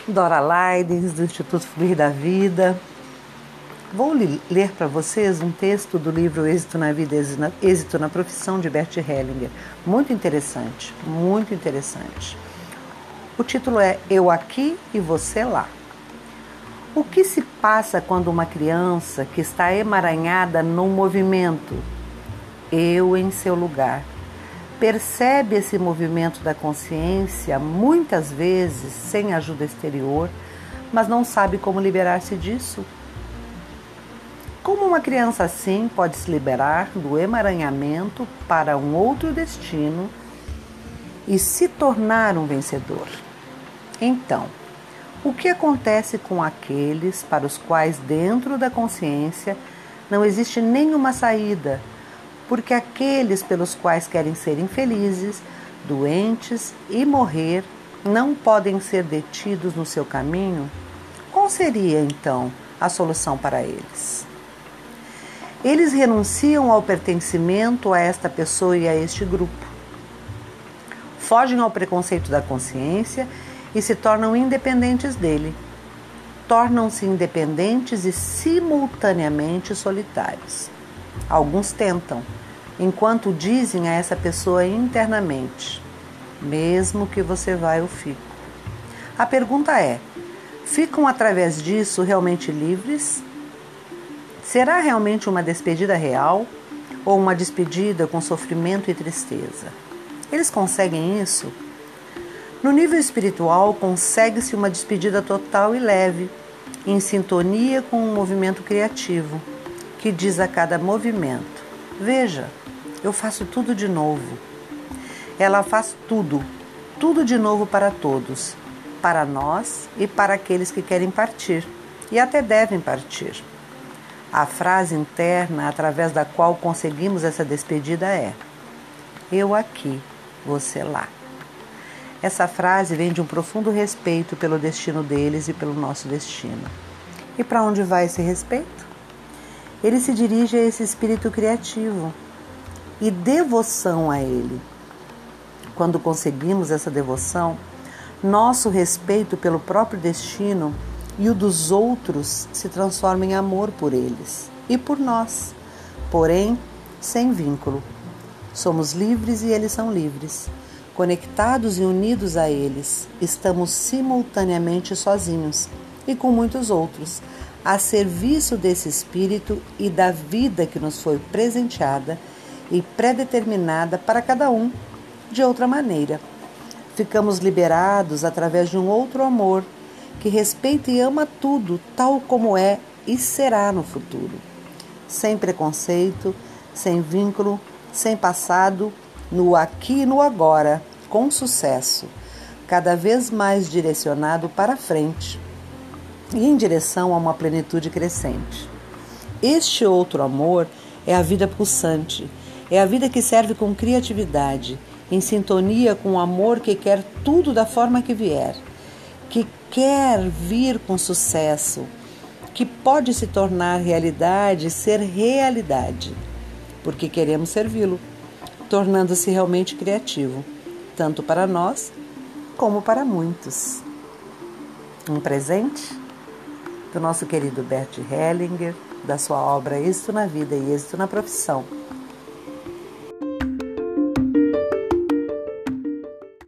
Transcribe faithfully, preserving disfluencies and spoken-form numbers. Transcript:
Dora Leidens, do Instituto Fluir da Vida. Vou ler para vocês um texto do livro Êxito na Vida, Êxito na Profissão, de Bert Hellinger. Muito interessante, muito interessante. O título é Eu Aqui e Você Lá. O que se passa quando uma criança que está emaranhada num movimento, eu em seu lugar, percebe esse movimento da consciência, muitas vezes sem ajuda exterior, mas não sabe como liberar-se disso? Como uma criança assim pode se liberar do emaranhamento para um outro destino e se tornar um vencedor? Então, o que acontece com aqueles para os quais dentro da consciência não existe nenhuma saída, porque aqueles pelos quais querem ser infelizes, doentes e morrer não podem ser detidos no seu caminho? Qual seria, então, a solução para eles? Eles renunciam ao pertencimento a esta pessoa e a este grupo. Fogem ao preconceito da consciência e se tornam independentes dele. Tornam-se independentes e simultaneamente solitários. Alguns tentam, enquanto dizem a essa pessoa internamente: mesmo que você vá, eu fico. A pergunta é: ficam através disso realmente livres? Será realmente uma despedida real ou uma despedida com sofrimento e tristeza? Eles conseguem isso? No nível espiritual, consegue-se uma despedida total e leve, em sintonia com um movimento criativo, que diz a cada movimento: veja, eu faço tudo de novo. Ela faz tudo, tudo de novo para todos, para nós e para aqueles que querem partir, e até devem partir. A frase interna através da qual conseguimos essa despedida é: eu aqui, você lá. Essa frase vem de um profundo respeito pelo destino deles e pelo nosso destino. E para onde vai esse respeito? Ele se dirige a esse espírito criativo e devoção a ele. Quando conseguimos essa devoção, nosso respeito pelo próprio destino e o dos outros se transforma em amor por eles e por nós, porém sem vínculo. Somos livres e eles são livres. Conectados e unidos a eles, estamos simultaneamente sozinhos e com muitos outros, a serviço desse espírito e da vida que nos foi presenteada e predeterminada para cada um de outra maneira. Ficamos liberados através de um outro amor que respeita e ama tudo tal como é e será no futuro, sem preconceito, sem vínculo, sem passado, no aqui e no agora, com sucesso, cada vez mais direcionado para frente e em direção a uma plenitude crescente. Este outro amor é a vida pulsante, é a vida que serve com criatividade, em sintonia com o amor que quer tudo da forma que vier, que quer vir com sucesso, que pode se tornar realidade e ser realidade, porque queremos servi-lo, tornando-se realmente criativo, tanto para nós como para muitos. Um presente do nosso querido Bert Hellinger, da sua obra Êxito na Vida e Êxito na Profissão,